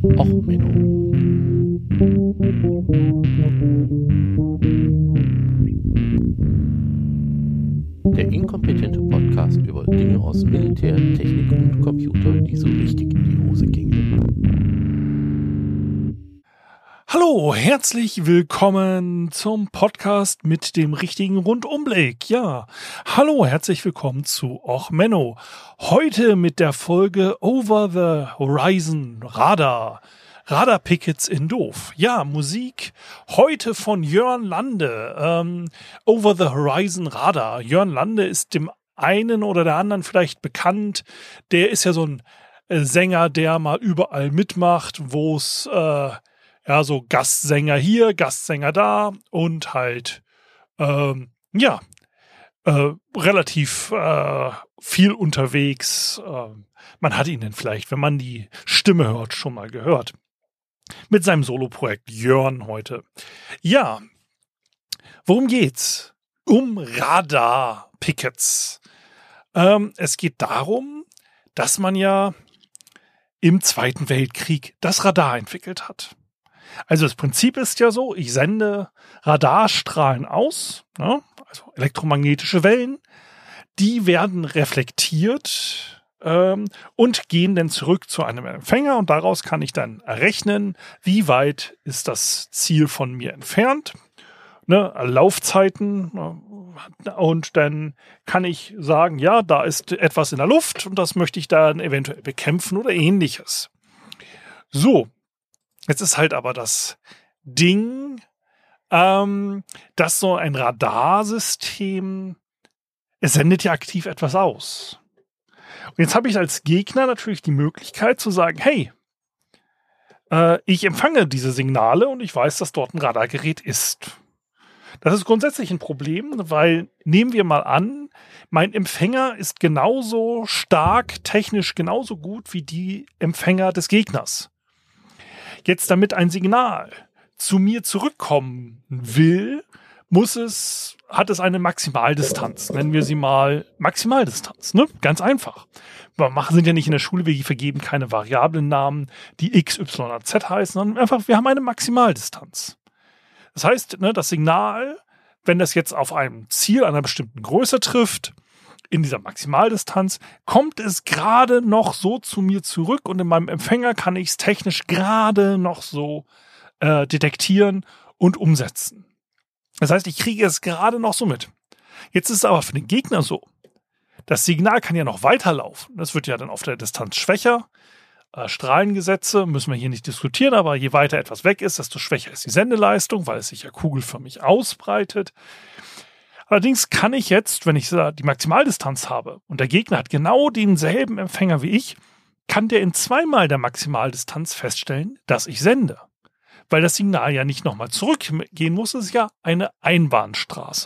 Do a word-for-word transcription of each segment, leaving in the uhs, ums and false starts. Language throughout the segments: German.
Och, Menno. Der inkompetente Podcast über Dinge aus Militär, Technik und Computer, die so richtig in die Hose gingen. Hallo, herzlich willkommen zum Podcast mit dem richtigen Rundumblick. Ja, hallo, herzlich willkommen zu Och Menno. Heute mit der Folge Over the Horizon Radar. Radar-Pickets in Doof. Ja, Musik heute von Jörn Lande. Ähm, Over the Horizon Radar. Jörn Lande ist dem einen oder der anderen vielleicht bekannt. Der ist ja so ein äh, Sänger, der mal überall mitmacht, wo es äh, ja so Gastsänger hier, Gastsänger da und halt ähm, ja äh, relativ äh, viel unterwegs. Äh, man hat ihn denn vielleicht, wenn man die Stimme hört, schon mal gehört. Mit seinem Soloprojekt Jörn heute. Ja, worum geht's? Um Radar-Pickets. Ähm, es geht darum, dass man ja im Zweiten Weltkrieg das Radar entwickelt hat. Also das Prinzip ist ja so, ich sende Radarstrahlen aus, ne, also elektromagnetische Wellen, die werden reflektiert ähm, und gehen dann zurück zu einem Empfänger und daraus kann ich dann errechnen, wie weit ist das Ziel von mir entfernt, ne, Laufzeiten, ne, und dann kann ich sagen, ja, da ist etwas in der Luft und das möchte ich dann eventuell bekämpfen oder ähnliches. So. Jetzt ist halt aber das Ding, ähm, dass so ein Radarsystem, es sendet ja aktiv etwas aus. Und jetzt habe ich als Gegner natürlich die Möglichkeit zu sagen, hey, äh, ich empfange diese Signale und ich weiß, dass dort ein Radargerät ist. Das ist grundsätzlich ein Problem, weil nehmen wir mal an, mein Empfänger ist genauso stark, technisch genauso gut wie die Empfänger des Gegners. Jetzt, damit ein Signal zu mir zurückkommen will, muss es, hat es eine Maximaldistanz. Nennen wir sie mal Maximaldistanz, ne? Ganz einfach. Wir machen, sind ja nicht in der Schule, wir vergeben keine Variablennamen, die X, Y oder Z heißen, sondern einfach, wir haben eine Maximaldistanz. Das heißt, ne, das Signal, wenn das jetzt auf einem Ziel einer bestimmten Größe trifft, in dieser Maximaldistanz, kommt es gerade noch so zu mir zurück und in meinem Empfänger kann ich es technisch gerade noch so äh, detektieren und umsetzen. Das heißt, ich kriege es gerade noch so mit. Jetzt ist es aber für den Gegner so, das Signal kann ja noch weiterlaufen. Das wird ja dann auf der Distanz schwächer. Äh, Strahlengesetze müssen wir hier nicht diskutieren, aber je weiter etwas weg ist, desto schwächer ist die Sendeleistung, weil es sich ja kugelförmig ausbreitet. Allerdings kann ich jetzt, wenn ich die Maximaldistanz habe und der Gegner hat genau denselben Empfänger wie ich, kann der in zweimal der Maximaldistanz feststellen, dass ich sende. Weil das Signal ja nicht nochmal zurückgehen muss, es ist ja eine Einbahnstraße.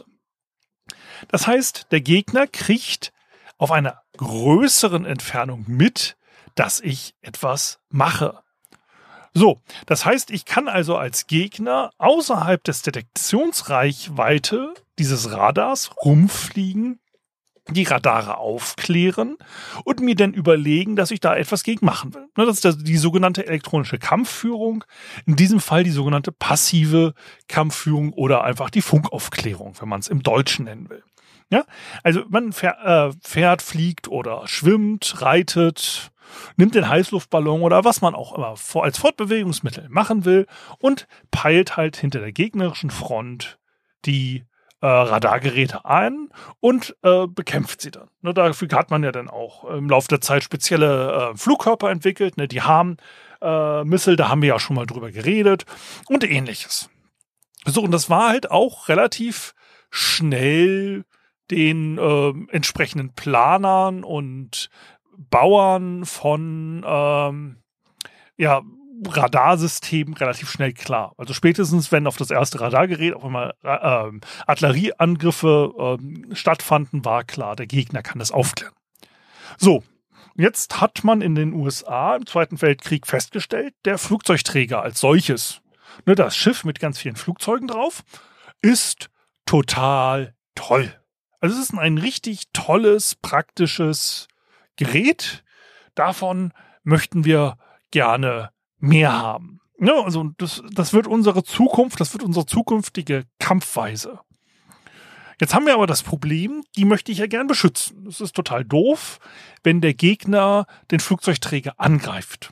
Das heißt, der Gegner kriegt auf einer größeren Entfernung mit, dass ich etwas mache. So, das heißt, ich kann also als Gegner außerhalb des Detektionsreichweite dieses Radars rumfliegen, die Radare aufklären und mir dann überlegen, dass ich da etwas gegen machen will. Das ist die sogenannte elektronische Kampfführung, in diesem Fall die sogenannte passive Kampfführung oder einfach die Funkaufklärung, wenn man es im Deutschen nennen will. Ja, also man fährt, äh, fährt, fliegt oder schwimmt, reitet, nimmt den Heißluftballon oder was man auch immer als Fortbewegungsmittel machen will und peilt halt hinter der gegnerischen Front die äh, Radargeräte ein und äh, bekämpft sie dann. Ne, dafür hat man ja dann auch im Laufe der Zeit spezielle äh, Flugkörper entwickelt, ne, die Harm-Missile, äh, da haben wir ja schon mal drüber geredet und ähnliches. So, und das war halt auch relativ schnell den äh, entsprechenden Planern und Bauern von ähm, ja, Radarsystemen relativ schnell klar. Also spätestens, wenn auf das erste Radargerät auf einmal äh, Artillerieangriffe äh, stattfanden, war klar, der Gegner kann das aufklären. So, jetzt hat man in den U S A im Zweiten Weltkrieg festgestellt, der Flugzeugträger als solches, ne, das Schiff mit ganz vielen Flugzeugen drauf, ist total toll. Also es ist ein richtig tolles, praktisches Gerät. Davon möchten wir gerne mehr haben. Ja, also das, das wird unsere Zukunft, das wird unsere zukünftige Kampfweise. Jetzt haben wir aber das Problem, die möchte ich ja gern beschützen. Es ist total doof, wenn der Gegner den Flugzeugträger angreift.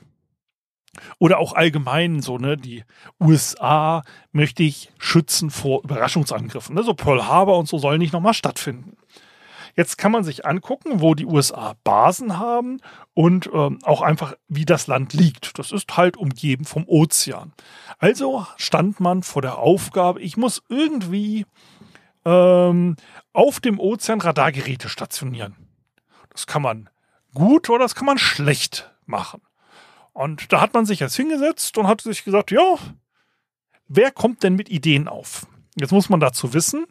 Oder auch allgemein so, ne, die U S A möchte ich schützen vor Überraschungsangriffen. Ne? So Pearl Harbor und so sollen nicht nochmal stattfinden. Jetzt kann man sich angucken, wo die U S A Basen haben und ähm, auch einfach, wie das Land liegt. Das ist halt umgeben vom Ozean. Also stand man vor der Aufgabe, ich muss irgendwie ähm, auf dem Ozean Radargeräte stationieren. Das kann man gut oder das kann man schlecht machen. Und da hat man sich jetzt hingesetzt und hat sich gesagt, ja, wer kommt denn mit Ideen auf? Jetzt muss man dazu wissen,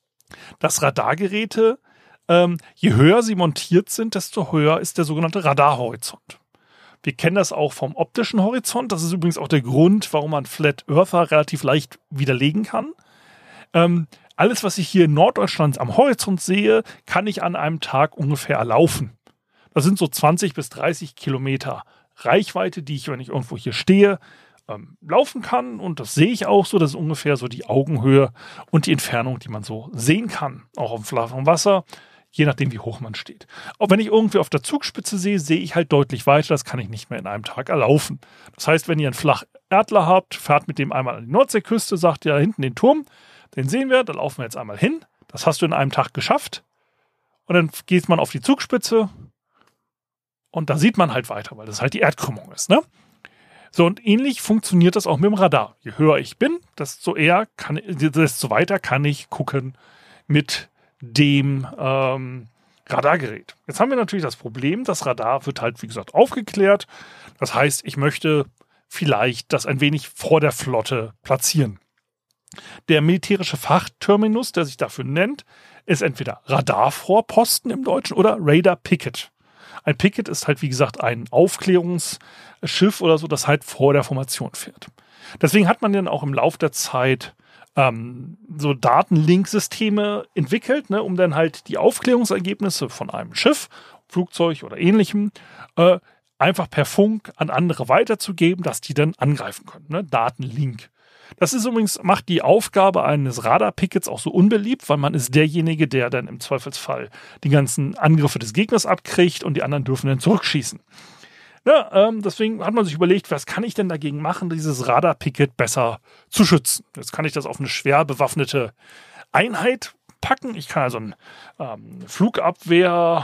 dass Radargeräte, ähm, je höher sie montiert sind, desto höher ist der sogenannte Radarhorizont. Wir kennen das auch vom optischen Horizont. Das ist übrigens auch der Grund, warum man Flat Earther relativ leicht widerlegen kann. Ähm, alles, was ich hier in Norddeutschland am Horizont sehe, kann ich an einem Tag ungefähr erlaufen. Das sind so zwanzig bis dreißig Kilometer Reichweite, die ich, wenn ich irgendwo hier stehe, ähm, laufen kann. Und das sehe ich auch so. Das ist ungefähr so die Augenhöhe und die Entfernung, die man so sehen kann. Auch auf dem flachen Wasser, je nachdem, wie hoch man steht. Auch wenn ich irgendwie auf der Zugspitze sehe, sehe ich halt deutlich weiter. Das kann ich nicht mehr in einem Tag erlaufen. Das heißt, wenn ihr einen Flacherdler habt, fahrt mit dem einmal an die Nordseeküste, sagt ihr da hinten den Turm, den sehen wir, da laufen wir jetzt einmal hin. Das hast du in einem Tag geschafft. Und dann geht man auf die Zugspitze und da sieht man halt weiter, weil das halt die Erdkrümmung ist, ne? So, und ähnlich funktioniert das auch mit dem Radar. Je höher ich bin, desto eher kann, desto weiter kann ich gucken mit dem ähm, Radargerät. Jetzt haben wir natürlich das Problem, das Radar wird halt, wie gesagt, aufgeklärt. Das heißt, ich möchte vielleicht das ein wenig vor der Flotte platzieren. Der militärische Fachterminus, der sich dafür nennt, ist entweder Radarvorposten im Deutschen oder Radar Picket. Ein Picket ist halt, wie gesagt, ein Aufklärungsschiff oder so, das halt vor der Formation fährt. Deswegen hat man dann auch im Laufe der Zeit ähm, so Datenlink-Systeme entwickelt, ne, um dann halt die Aufklärungsergebnisse von einem Schiff, Flugzeug oder ähnlichem äh, einfach per Funk an andere weiterzugeben, dass die dann angreifen können. Ne? Datenlink. Das ist übrigens, macht die Aufgabe eines Radar-Pickets auch so unbeliebt, weil man ist derjenige, der dann im Zweifelsfall die ganzen Angriffe des Gegners abkriegt und die anderen dürfen dann zurückschießen. Ja, ähm, deswegen hat man sich überlegt, was kann ich denn dagegen machen, dieses Radar-Picket besser zu schützen. Jetzt kann ich das auf eine schwer bewaffnete Einheit packen. Ich kann also ein ähm, Flugabwehr,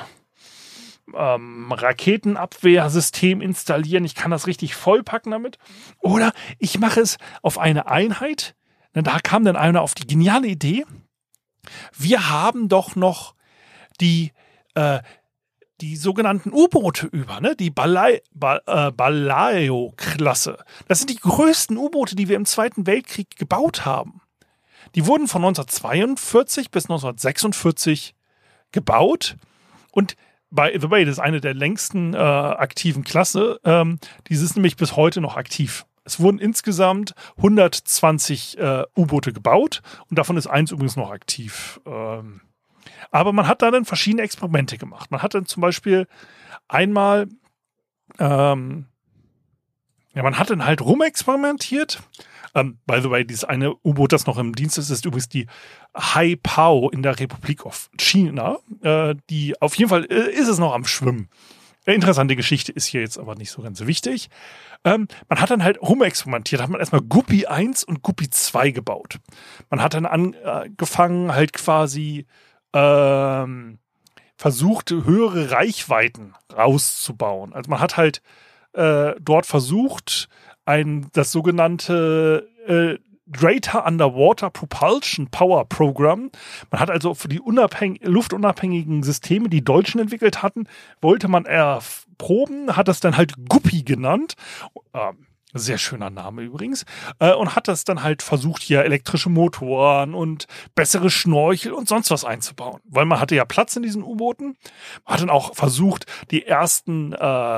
Ähm, Raketenabwehrsystem installieren. Ich kann das richtig vollpacken damit. Oder ich mache es auf eine Einheit. Da kam dann einer auf die geniale Idee. Wir haben doch noch die, äh, die sogenannten U-Boote über, ne? Die Balai, ba, äh, Balao-Klasse. Das sind die größten U-Boote, die wir im Zweiten Weltkrieg gebaut haben. Die wurden von neunzehnhundertzweiundvierzig bis neunzehnhundertsechsundvierzig gebaut und by the way, das ist eine der längsten äh, aktiven Klasse. Ähm, die ist nämlich bis heute noch aktiv. Es wurden insgesamt hundertzwanzig äh, U-Boote gebaut und davon ist eins übrigens noch aktiv. Ähm, aber man hat da dann verschiedene Experimente gemacht. Man hat dann zum Beispiel einmal, ähm, ja, man hat dann halt rumexperimentiert. Um, by the way, dieses eine U-Boot, das noch im Dienst ist, ist übrigens die Haipao in der Republik of China. Äh, die, auf jeden Fall äh, ist es noch am Schwimmen. Äh, interessante Geschichte ist hier jetzt aber nicht so ganz wichtig. Ähm, man hat dann halt rumexperimentiert, hat man erstmal Guppy eins und Guppy zwei gebaut. Man hat dann angefangen, halt quasi ähm, versucht, höhere Reichweiten rauszubauen. Also man hat halt äh, dort versucht, ein, das sogenannte äh, Greater Underwater Propulsion Power Program. Man hat also für die unabhäng- luftunabhängigen Systeme, die Deutschen entwickelt hatten, wollte man erproben, hat das dann halt Guppy genannt. Ähm, sehr schöner Name übrigens. Äh, und hat das dann halt versucht, hier elektrische Motoren und bessere Schnorchel und sonst was einzubauen. Weil man hatte ja Platz in diesen U-Booten. Man hat dann auch versucht, die ersten äh,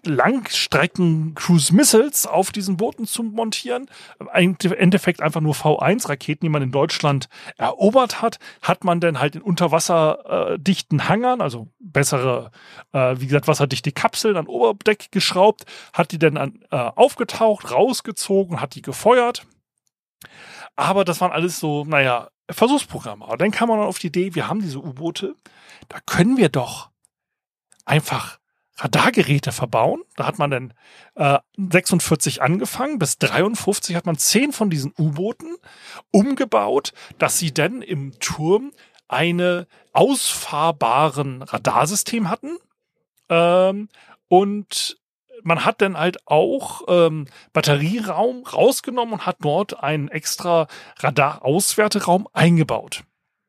Langstrecken-Cruise-Missiles auf diesen Booten zu montieren. Im Endeffekt einfach nur V eins Raketen, die man in Deutschland erobert hat, hat man dann halt in unterwasserdichten äh, Hangern, also bessere, äh, wie gesagt, wasserdichte Kapseln an Oberdeck geschraubt, hat die dann an, äh, aufgetaucht, rausgezogen, hat die gefeuert. Aber das waren alles so, naja, Versuchsprogramme. Aber dann kam man auf die Idee, wir haben diese U-Boote, da können wir doch einfach Radargeräte verbauen. Da hat man dann äh, sechsundvierzig angefangen, bis dreiundfünfzig hat man zehn von diesen U-Booten umgebaut, dass sie dann im Turm eine ausfahrbaren Radarsystem hatten. Ähm, und man hat dann halt auch ähm, Batterieraum rausgenommen und hat dort einen extra Radarauswerteraum eingebaut.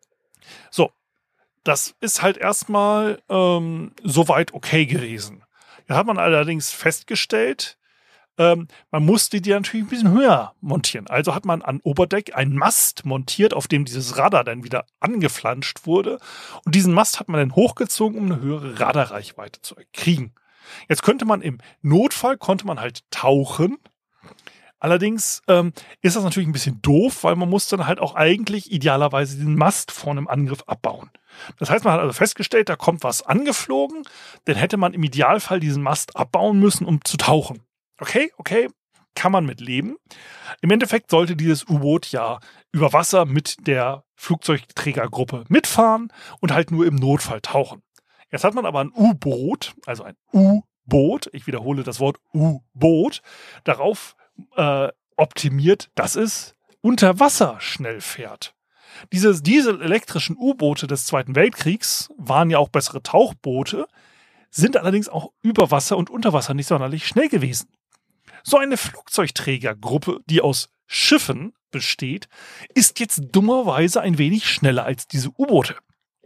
So. Das ist halt erstmal ähm, soweit okay gewesen. Da hat man allerdings festgestellt, ähm, man musste die natürlich ein bisschen höher montieren. Also hat man an Oberdeck einen Mast montiert, auf dem dieses Radar dann wieder angeflanscht wurde. Und diesen Mast hat man dann hochgezogen, um eine höhere Radarreichweite zu kriegen. Jetzt könnte man im Notfall, konnte man halt tauchen. Allerdings ähm, ist das natürlich ein bisschen doof, weil man muss dann halt auch eigentlich idealerweise den Mast vor einem Angriff abbauen. Das heißt, man hat also festgestellt, da kommt was angeflogen, dann hätte man im Idealfall diesen Mast abbauen müssen, um zu tauchen. Okay, okay, kann man mit leben. Im Endeffekt sollte dieses U-Boot ja über Wasser mit der Flugzeugträgergruppe mitfahren und halt nur im Notfall tauchen. Jetzt hat man aber ein U-Boot, also ein U-Boot, ich wiederhole das Wort U-Boot, darauf Äh, optimiert, dass es unter Wasser schnell fährt. Diese dieselelektrischen U-Boote des Zweiten Weltkriegs waren ja auch bessere Tauchboote, sind allerdings auch über Wasser und unter Wasser nicht sonderlich schnell gewesen. So eine Flugzeugträgergruppe, die aus Schiffen besteht, ist jetzt dummerweise ein wenig schneller als diese U-Boote.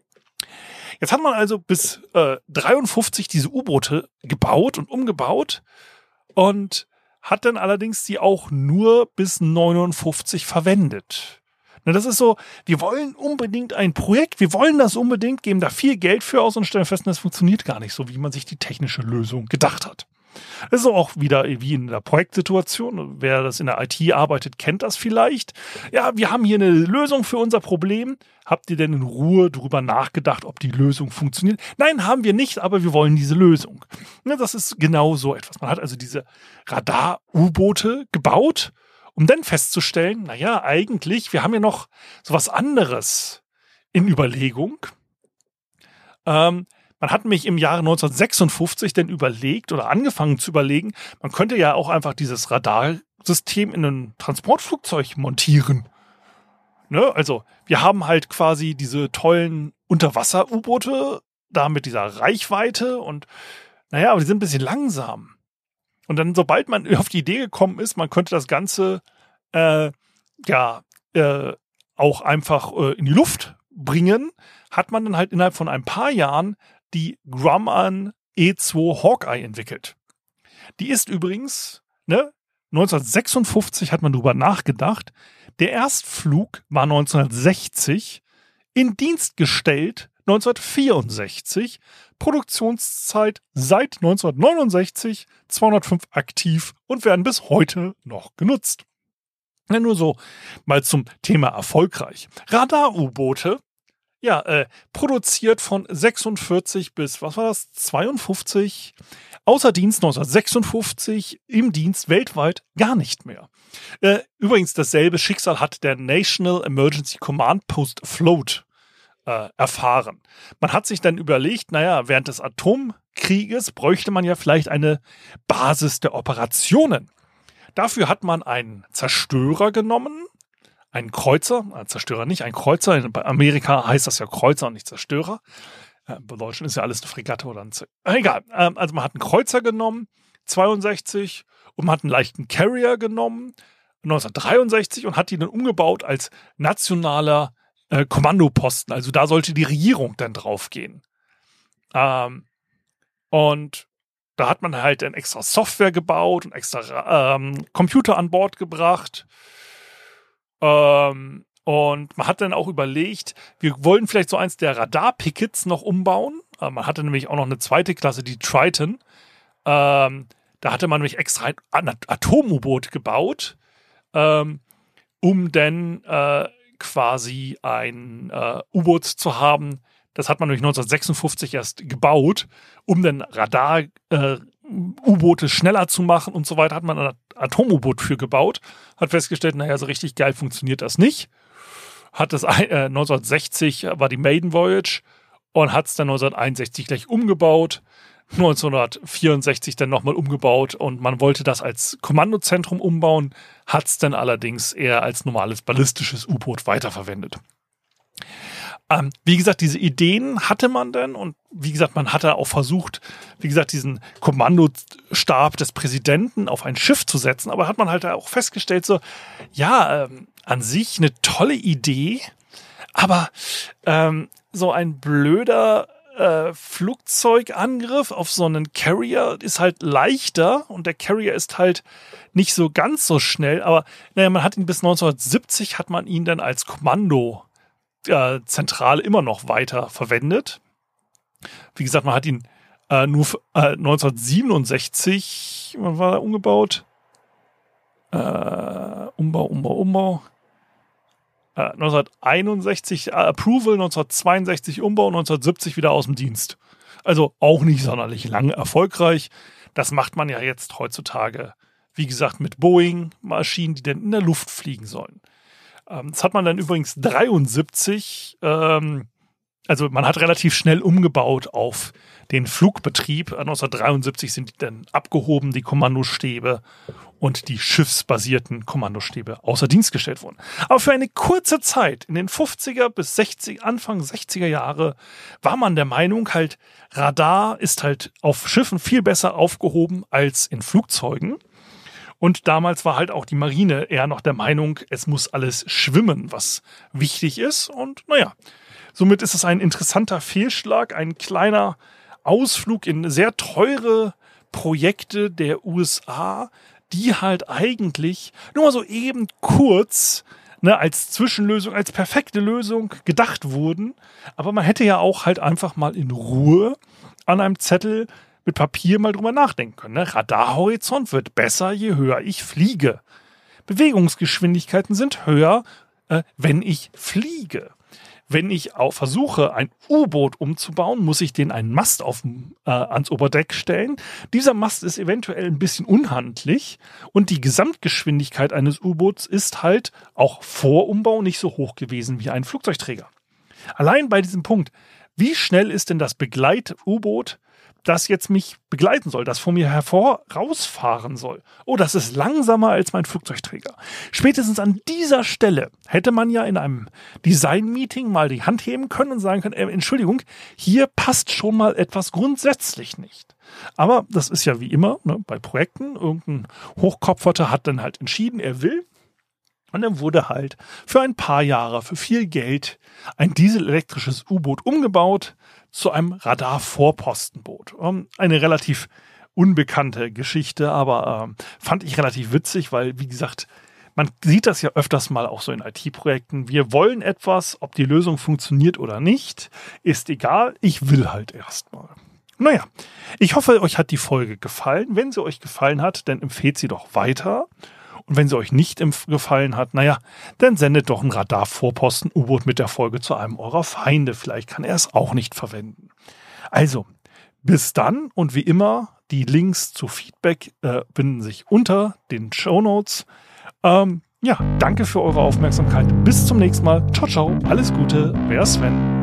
Jetzt hat man also bis äh, dreiundfünfzig diese U-Boote gebaut und umgebaut und hat dann allerdings die auch nur bis neunundfünfzig verwendet. Na, das ist so, wir wollen unbedingt ein Projekt, wir wollen das unbedingt, geben da viel Geld für aus und stellen fest, das funktioniert gar nicht so, wie man sich die technische Lösung gedacht hat. Das ist auch wieder wie in der Projektsituation. Wer das in der I T arbeitet, kennt das vielleicht. Ja, wir haben hier eine Lösung für unser Problem. Habt ihr denn in Ruhe darüber nachgedacht, ob die Lösung funktioniert? Nein, haben wir nicht, aber wir wollen diese Lösung. Das ist genau so etwas. Man hat also diese Radar-U-Boote gebaut, um dann festzustellen, naja, eigentlich, wir haben ja noch so was anderes in Überlegung. Ähm, Man hat mich im Jahre neunzehnhundertsechsundfünfzig dann überlegt oder angefangen zu überlegen, man könnte ja auch einfach dieses Radarsystem in ein Transportflugzeug montieren. Ne? Also wir haben halt quasi diese tollen Unterwasser-U-Boote da mit dieser Reichweite und naja, aber die sind ein bisschen langsam. Und dann, sobald man auf die Idee gekommen ist, man könnte das Ganze äh, ja äh, auch einfach äh, in die Luft bringen, hat man dann halt innerhalb von ein paar Jahren die Grumman E zwei Hawkeye entwickelt. Die ist übrigens, ne, neunzehnhundertsechsundfünfzig hat man drüber nachgedacht. Der Erstflug war neunzehnhundertsechzig, in Dienst gestellt neunzehnhundertvierundsechzig, Produktionszeit seit neunzehnhundertneunundsechzig, zweihundertfünf aktiv und werden bis heute noch genutzt. Ja, nur so mal zum Thema erfolgreich. Radar-U-Boote, ja, äh, produziert von sechsundvierzig bis, was war das, zweiundfünfzig, außer Dienst neunzehnhundertsechsundfünfzig, im Dienst weltweit gar nicht mehr. Äh, übrigens, dasselbe Schicksal hat der National Emergency Command Post Float äh, erfahren. Man hat sich dann überlegt, naja, während des Atomkrieges bräuchte man ja vielleicht eine Basis der Operationen. Dafür hat man einen Zerstörer genommen, einen Kreuzer, ein Zerstörer nicht, ein Kreuzer. Bei Amerika heißt das ja Kreuzer und nicht Zerstörer. Bei Deutschland ist ja alles eine Fregatte oder ein Zerstörer. Egal, also man hat einen Kreuzer genommen, zweiundsechzig, und man hat einen leichten Carrier genommen, neunzehnhundertdreiundsechzig, und hat die dann umgebaut als nationaler äh, Kommandoposten. Also da sollte die Regierung dann draufgehen. Ähm, und da hat man halt dann extra Software gebaut und extra ähm, Computer an Bord gebracht. Ähm, und man hat dann auch überlegt, wir wollen vielleicht so eins der Radar-Pickets noch umbauen. Äh, man hatte nämlich auch noch eine zweite Klasse, die Triton. Ähm, da hatte man nämlich extra ein Atom-U-Boot gebaut, ähm, um dann äh, quasi ein äh, U-Boot zu haben. Das hat man nämlich neunzehnhundertsechsundfünfzig erst gebaut, um dann Radar-U-Boote äh, schneller zu machen und so weiter. Hat man ein Atom-U-Boot für gebaut. Hat festgestellt, naja, so richtig geil funktioniert das nicht. Hat das äh, neunzehnhundertsechzig war die Maiden Voyage und hat es dann neunzehnhunderteinundsechzig gleich umgebaut. neunzehnhundertvierundsechzig dann nochmal umgebaut und man wollte das als Kommandozentrum umbauen, hat es dann allerdings eher als normales ballistisches U-Boot weiterverwendet. Ähm, wie gesagt, diese Ideen hatte man dann und wie gesagt, man hatte auch versucht, wie gesagt, diesen Kommandostab des Präsidenten auf ein Schiff zu setzen, aber hat man halt auch festgestellt, so, ja, ähm, an sich eine tolle Idee, aber ähm, so ein blöder äh, Flugzeugangriff auf so einen Carrier ist halt leichter und der Carrier ist halt nicht so ganz so schnell, aber naja, man hat ihn bis neunzehnhundertsiebzig hat man ihn dann als Kommando äh, zentral immer noch weiter verwendet. Wie gesagt, man hat ihn äh, nur äh, neunzehnhundertsiebenundsechzig, wann war er umgebaut? Äh, Umbau, Umbau, Umbau. Äh, neunzehnhunderteinundsechzig äh, Approval, neunzehnhundertzweiundsechzig Umbau, neunzehnhundertsiebzig wieder aus dem Dienst. Also auch nicht sonderlich lange erfolgreich. Das macht man ja jetzt heutzutage, wie gesagt, mit Boeing-Maschinen, die dann in der Luft fliegen sollen. Ähm, das hat man dann übrigens dreiundsiebzig, ähm, also man hat relativ schnell umgebaut auf den Flugbetrieb. neunzehnhundertdreiundsiebzig sind die dann abgehoben, die Kommandostäbe und die schiffsbasierten Kommandostäbe außer Dienst gestellt wurden. Aber für eine kurze Zeit, in den fünfziger bis sechziger, Anfang sechziger Jahre, war man der Meinung, halt, Radar ist halt auf Schiffen viel besser aufgehoben als in Flugzeugen. Und damals war halt auch die Marine eher noch der Meinung, es muss alles schwimmen, was wichtig ist. Und naja, somit ist es ein interessanter Fehlschlag, ein kleiner Ausflug in sehr teure Projekte der U S A, die halt eigentlich nur mal so eben kurz, ne, als Zwischenlösung, als perfekte Lösung gedacht wurden. Aber man hätte ja auch halt einfach mal in Ruhe an einem Zettel mit Papier mal drüber nachdenken können. Ne? Radarhorizont wird besser, je höher ich fliege. Bewegungsgeschwindigkeiten sind höher, äh, wenn ich fliege. Wenn ich auch versuche, ein U-Boot umzubauen, muss ich den einen Mast auf, äh, ans Oberdeck stellen. Dieser Mast ist eventuell ein bisschen unhandlich und die Gesamtgeschwindigkeit eines U-Boots ist halt auch vor Umbau nicht so hoch gewesen wie ein Flugzeugträger. Allein bei diesem Punkt, wie schnell ist denn das Begleit-U-Boot, das jetzt mich begleiten soll, das vor mir hervor rausfahren soll? Oh, das ist langsamer als mein Flugzeugträger. Spätestens an dieser Stelle hätte man ja in einem Design-Meeting mal die Hand heben können und sagen können, äh, Entschuldigung, hier passt schon mal etwas grundsätzlich nicht. Aber das ist ja wie immer, ne, bei Projekten, irgendein Hochkopferter hat dann halt entschieden, er will. Und dann wurde halt für ein paar Jahre, für viel Geld, ein dieselelektrisches U-Boot umgebaut zu einem Radar-Vorpostenboot. Eine relativ unbekannte Geschichte, aber äh, fand ich relativ witzig, weil, wie gesagt, man sieht das ja öfters mal auch so in I T-Projekten. Wir wollen etwas, ob die Lösung funktioniert oder nicht, ist egal. Ich will halt erstmal. Naja, ich hoffe, euch hat die Folge gefallen. Wenn sie euch gefallen hat, dann empfehlt sie doch weiter. Und wenn sie euch nicht gefallen hat, naja, dann sendet doch ein Radar-Vorposten-U-Boot mit der Folge zu einem eurer Feinde. Vielleicht kann er es auch nicht verwenden. Also, bis dann und wie immer, die Links zu Feedback äh, finden sich unter den Shownotes. Ähm, ja, danke für eure Aufmerksamkeit. Bis zum nächsten Mal. Ciao, ciao. Alles Gute. Wer Sven.